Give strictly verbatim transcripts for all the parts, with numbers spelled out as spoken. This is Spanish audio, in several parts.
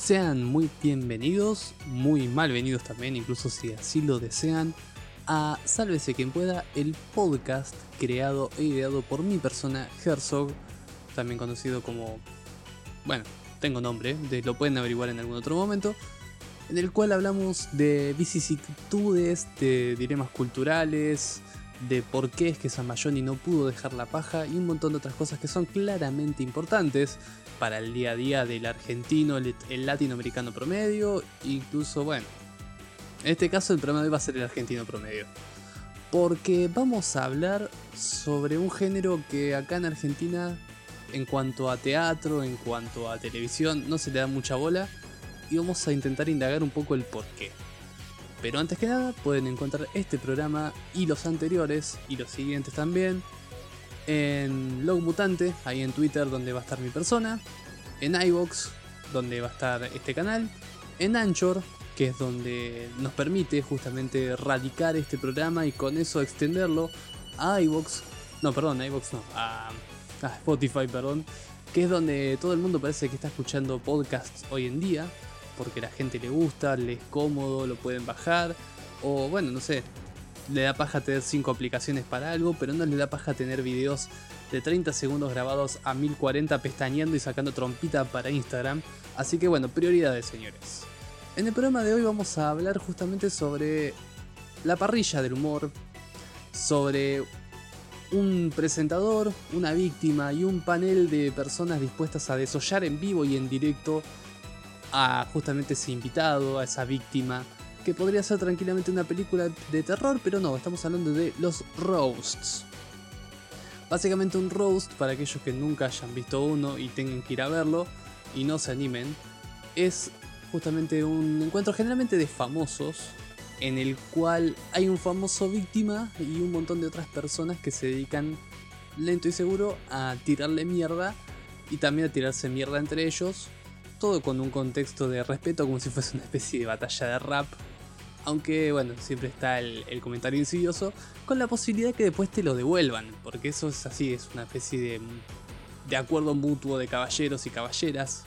Sean muy bienvenidos, muy malvenidos también, incluso si así lo desean, a Sálvese quien pueda, el podcast creado e ideado por mi persona, Herzog, también conocido como... bueno, tengo nombre, de, lo pueden averiguar en algún otro momento, en el cual hablamos de vicisitudes, de dilemas culturales, de por qué es que Samayoni no pudo dejar la paja y un montón de otras cosas que son claramente importantes para el día a día del argentino, el, el latinoamericano promedio, incluso, bueno, en este caso el programa de hoy va a ser el argentino promedio. Porque vamos a hablar sobre un género que acá en Argentina, en cuanto a teatro, en cuanto a televisión, no se le da mucha bola, y vamos a intentar indagar un poco el porqué. Pero antes que nada, pueden encontrar este programa y los anteriores, y los siguientes también, en Log Mutante, ahí en Twitter donde va a estar mi persona, en iVoox, donde va a estar este canal, en Anchor, que es donde nos permite justamente radicar este programa y con eso extenderlo a iVoox, no, perdón, a iVoox no, a, a Spotify, perdón, que es donde todo el mundo parece que está escuchando podcasts hoy en día, porque la gente le gusta, le es cómodo, lo pueden bajar, o bueno, no sé, le da paja tener cinco aplicaciones para algo, pero no le da paja tener videos de treinta segundos grabados a mil cuarenta pestañeando y sacando trompita para Instagram. Así que bueno, prioridades, señores. En el programa de hoy vamos a hablar justamente sobre la parrilla del humor, sobre un presentador, una víctima y un panel de personas dispuestas a desollar en vivo y en directo a justamente ese invitado, a esa víctima, que podría ser tranquilamente una película de terror, pero no, estamos hablando de los roasts. Básicamente un roast, para aquellos que nunca hayan visto uno y tengan que ir a verlo y no se animen, es justamente un encuentro generalmente de famosos, en el cual hay un famoso víctima y un montón de otras personas que se dedican lento y seguro a tirarle mierda y también a tirarse mierda entre ellos. Todo con un contexto de respeto, como si fuese una especie de batalla de rap. Aunque bueno, siempre está el, el comentario insidioso, con la posibilidad que después te lo devuelvan. Porque eso es así, es una especie de, de acuerdo mutuo de caballeros y caballeras,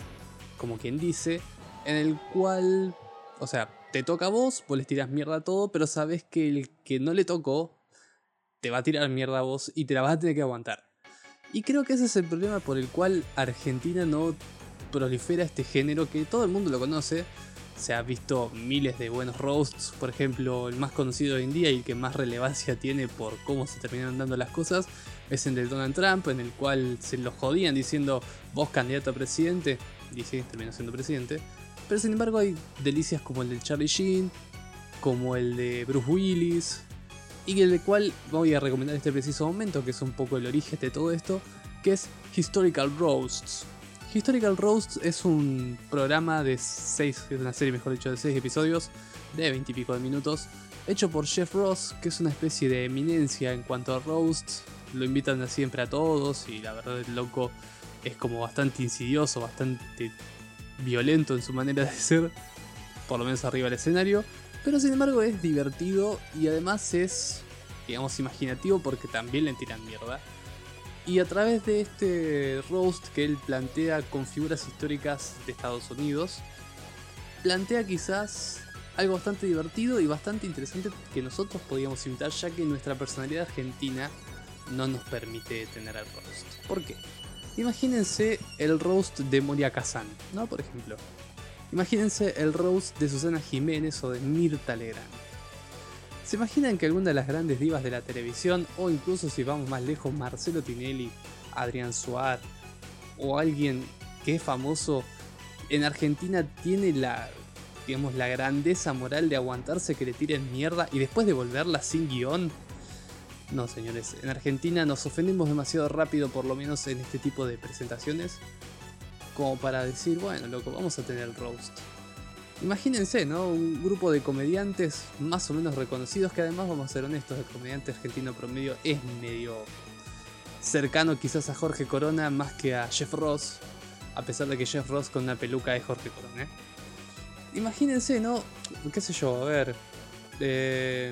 como quien dice, en el cual, o sea, te toca a vos, vos les tirás mierda a todo, pero sabés que el que no le tocó, te va a tirar mierda a vos y te la vas a tener que aguantar. Y creo que ese es el problema por el cual Argentina no prolifera este género, que todo el mundo lo conoce. Se ha visto miles de buenos roasts, por ejemplo, el más conocido hoy en día y el que más relevancia tiene por cómo se terminaron dando las cosas es el de Donald Trump, en el cual se lo jodían diciendo vos candidato a presidente, y sí, terminó siendo presidente. Pero sin embargo hay delicias como el de Charlie Sheen, como el de Bruce Willis, y el cual voy a recomendar en este preciso momento, que es un poco el origen de todo esto, que es Historical Roasts. Historical Roasts es un programa de seis, es una serie mejor dicho, de seis episodios, de veinte y pico de minutos, hecho por Jeff Ross, que es una especie de eminencia en cuanto a roasts. Lo invitan siempre a todos y la verdad el loco es como bastante insidioso, bastante violento en su manera de ser, por lo menos arriba del escenario, pero sin embargo es divertido y además es, digamos, imaginativo porque también le tiran mierda. Y a través de este roast que él plantea con figuras históricas de Estados Unidos, plantea quizás algo bastante divertido y bastante interesante que nosotros podíamos imitar, ya que nuestra personalidad argentina no nos permite tener el roast. ¿Por qué? Imagínense el roast de Moria Kazan, ¿no? Por ejemplo. Imagínense el roast de Susana Jiménez o de Mirta Legrand. ¿Se imaginan que alguna de las grandes divas de la televisión, o incluso si vamos más lejos, Marcelo Tinelli, Adrián Suar, o alguien que es famoso en Argentina tiene la, digamos, la grandeza moral de aguantarse que le tiren mierda y después devolverla sin guión? No, señores, en Argentina nos ofendemos demasiado rápido, por lo menos en este tipo de presentaciones, como para decir, bueno, loco, vamos a tener el roast. Imagínense, ¿no? Un grupo de comediantes más o menos reconocidos, que además, vamos a ser honestos, el comediante argentino promedio es medio cercano quizás a Jorge Corona más que a Jeff Ross, a pesar de que Jeff Ross con una peluca es Jorge Corona, ¿eh? Imagínense, ¿no? ¿Qué sé yo? A ver, eh,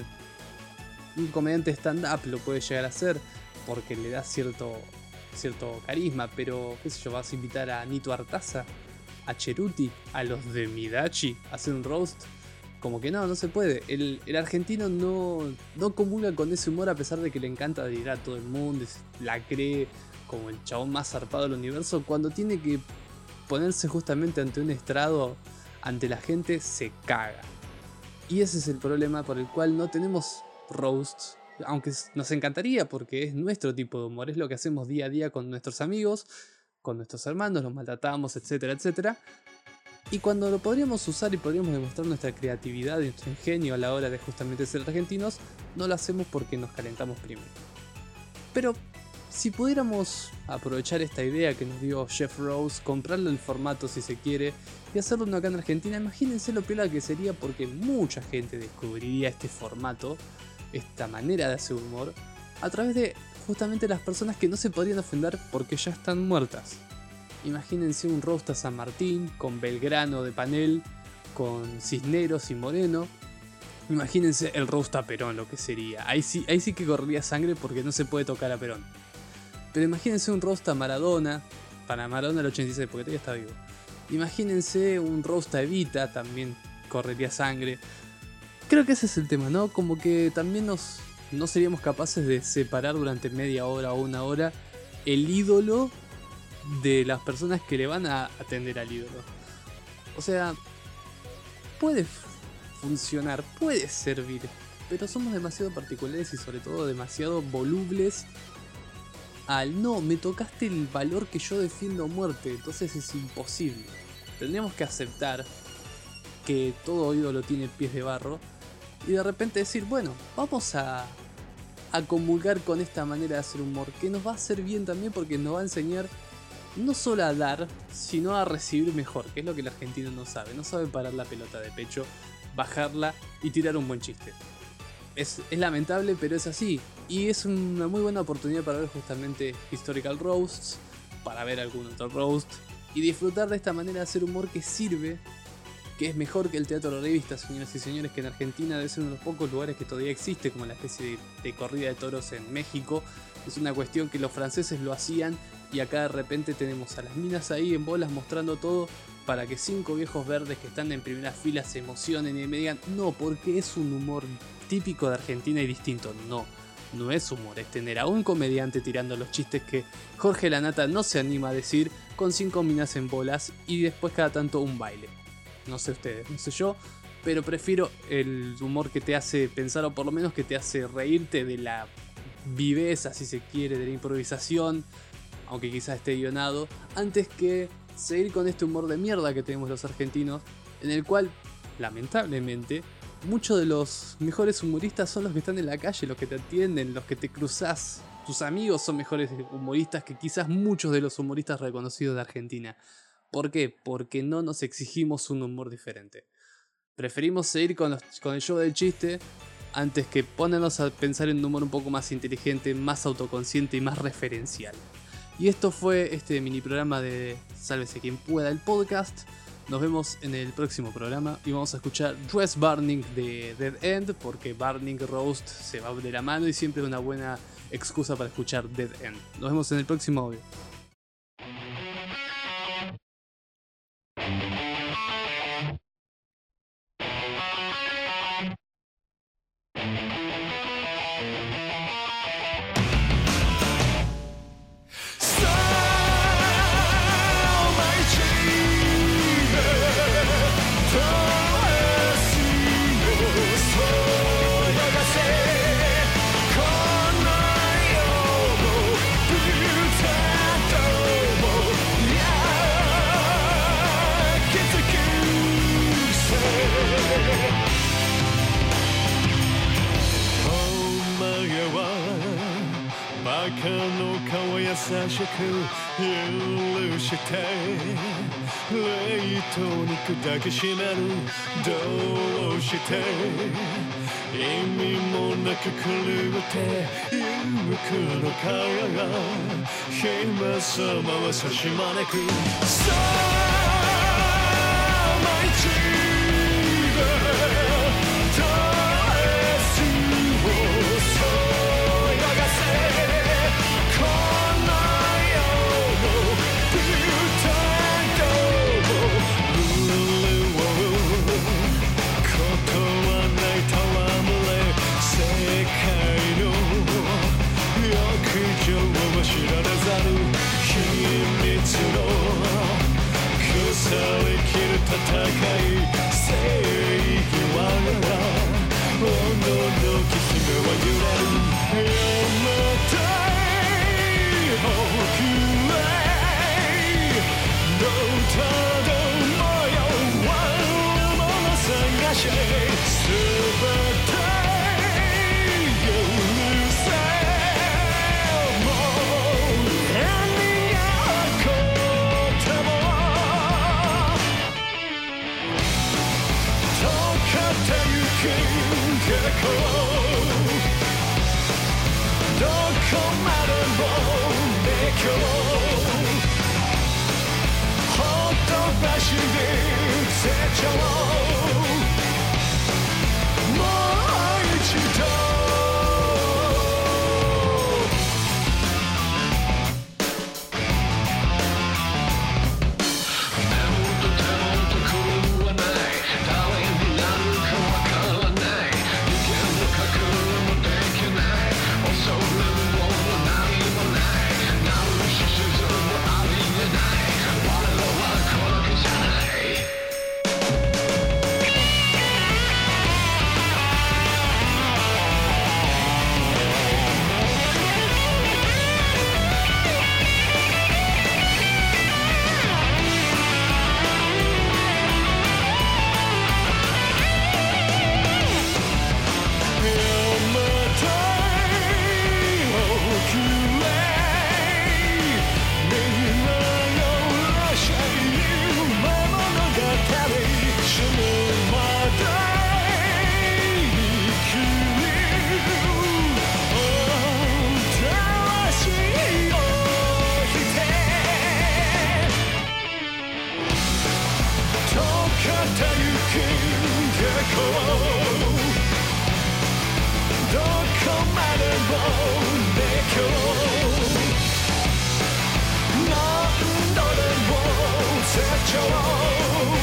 un comediante stand-up lo puede llegar a hacer porque le da cierto, cierto carisma, pero qué sé yo, vas a invitar a Nito Artaza a Cheruti, a los de Midachi, hacer un roast. Como que no, no se puede. El, el argentino no, no comulga con ese humor a pesar de que le encanta dirar a todo el mundo, la cree como el chabón más zarpado del universo. Cuando tiene que ponerse justamente ante un estrado, ante la gente, se caga. Y ese es el problema por el cual no tenemos roasts, aunque nos encantaría porque es nuestro tipo de humor, es lo que hacemos día a día con nuestros amigos, con nuestros hermanos, los maltratamos, etcétera, etcétera. Y cuando lo podríamos usar y podríamos demostrar nuestra creatividad y nuestro ingenio a la hora de justamente ser argentinos, no lo hacemos porque nos calentamos primero. Pero si pudiéramos aprovechar esta idea que nos dio Jeff Rose, comprarle el formato si se quiere y hacerlo uno acá en Argentina, imagínense lo piola que sería, porque mucha gente descubriría este formato, esta manera de hacer humor, a través de justamente las personas que no se podrían ofender porque ya están muertas. Imagínense un roast a San Martín, con Belgrano de panel, con Cisneros y Moreno. Imagínense el roast a Perón, lo que sería. Ahí sí, ahí sí que correría sangre porque no se puede tocar a Perón. Pero imagínense un roast a Maradona, para Maradona el ochenta y seis, porque todavía está vivo. Imagínense un roast a Evita, también correría sangre. Creo que ese es el tema, ¿no? Como que también nos, no seríamos capaces de separar durante media hora o una hora el ídolo de las personas que le van a atender al ídolo. O sea, puede funcionar, puede servir, pero somos demasiado particulares y sobre todo demasiado volubles al no, me tocaste el valor que yo defiendo a muerte, entonces es imposible. Tendríamos que aceptar que todo ídolo tiene pies de barro y de repente decir, bueno, vamos a, a comulgar con esta manera de hacer humor, que nos va a hacer bien también porque nos va a enseñar no solo a dar, sino a recibir mejor, que es lo que el argentino no sabe. No sabe parar la pelota de pecho, bajarla y tirar un buen chiste. Es, es lamentable, pero es así. Y es una muy buena oportunidad para ver justamente Historical Roasts, para ver algún otro roast, y disfrutar de esta manera de hacer humor que sirve, que es mejor que el teatro de revista, señoras y señores, que en Argentina debe ser uno de los pocos lugares que todavía existe, como la especie de, de corrida de toros en México. Es una cuestión que los franceses lo hacían y acá de repente tenemos a las minas ahí en bolas mostrando todo para que cinco viejos verdes que están en primera fila se emocionen y me digan no, porque es un humor típico de Argentina y distinto. No, no es humor, es tener a un comediante tirando los chistes que Jorge Lanata no se anima a decir con cinco minas en bolas y después cada tanto un baile. No sé ustedes, no sé yo, pero prefiero el humor que te hace pensar o por lo menos que te hace reírte de la viveza, si se quiere, de la improvisación, aunque quizás esté guionado, antes que seguir con este humor de mierda que tenemos los argentinos, en el cual, lamentablemente, muchos de los mejores humoristas son los que están en la calle, los que te atienden, los que te cruzás. Tus amigos son mejores humoristas que quizás muchos de los humoristas reconocidos de Argentina. ¿Por qué? Porque no nos exigimos un humor diferente. Preferimos seguir con, los, con el show del chiste antes que ponernos a pensar en un humor un poco más inteligente, más autoconsciente y más referencial. Y esto fue este mini programa de Sálvese quien pueda, el podcast. Nos vemos en el próximo programa y vamos a escuchar Dress Burning de Dead End, porque Burning Roast se va de la mano y siempre es una buena excusa para escuchar Dead End. Nos vemos en el próximo audio.優しく許して冷凍肉抱きしめるどうして意味もなく狂ってゆくのか姫様は差し招く So my 何度でも成長